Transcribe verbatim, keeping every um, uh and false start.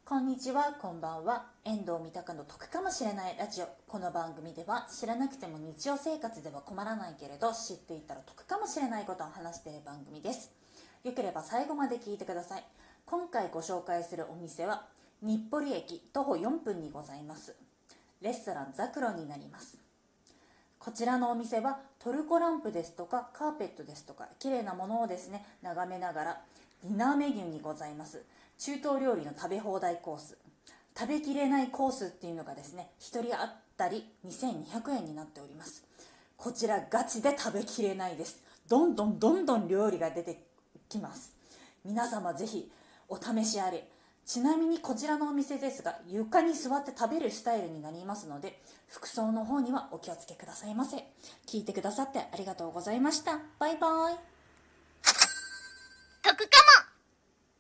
こんにちは、こんばんは。遠藤三鷹の得かもしれないラジオ。この番組では知らなくても日常生活では困らないけれど知っていたら得かもしれないことを話している番組です。よければ最後まで聞いてください。今回ご紹介するお店は日暮里駅徒歩よんぷんにございますレストランザクロになります。こちらのお店はトルコランプですとかカーペットですとか綺麗なものをですね眺めながらディナーメニューにございます中東料理の食べ放題コース、食べきれないコースっていうのがですねひとり当たりにせんにひゃくえんになっております。こちらガチで食べきれないです。どんどんどんどん料理が出てきます。皆様ぜひお試しあれ。ちなみにこちらのお店ですが床に座って食べるスタイルになりますので服装の方にはお気をつけくださいませ。聞いてくださってありがとうございました。バイバイ。 得かも。